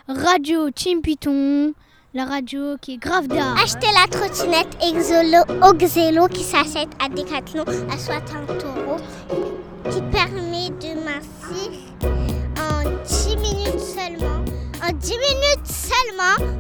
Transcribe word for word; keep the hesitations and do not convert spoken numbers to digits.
Radio Team Python, la radio qui est grave d'art. Achetez la trottinette Exolo Oxelo qui s'achète à Decathlon à soixante euros, qui permet de mincir en dix minutes seulement. En dix minutes seulement,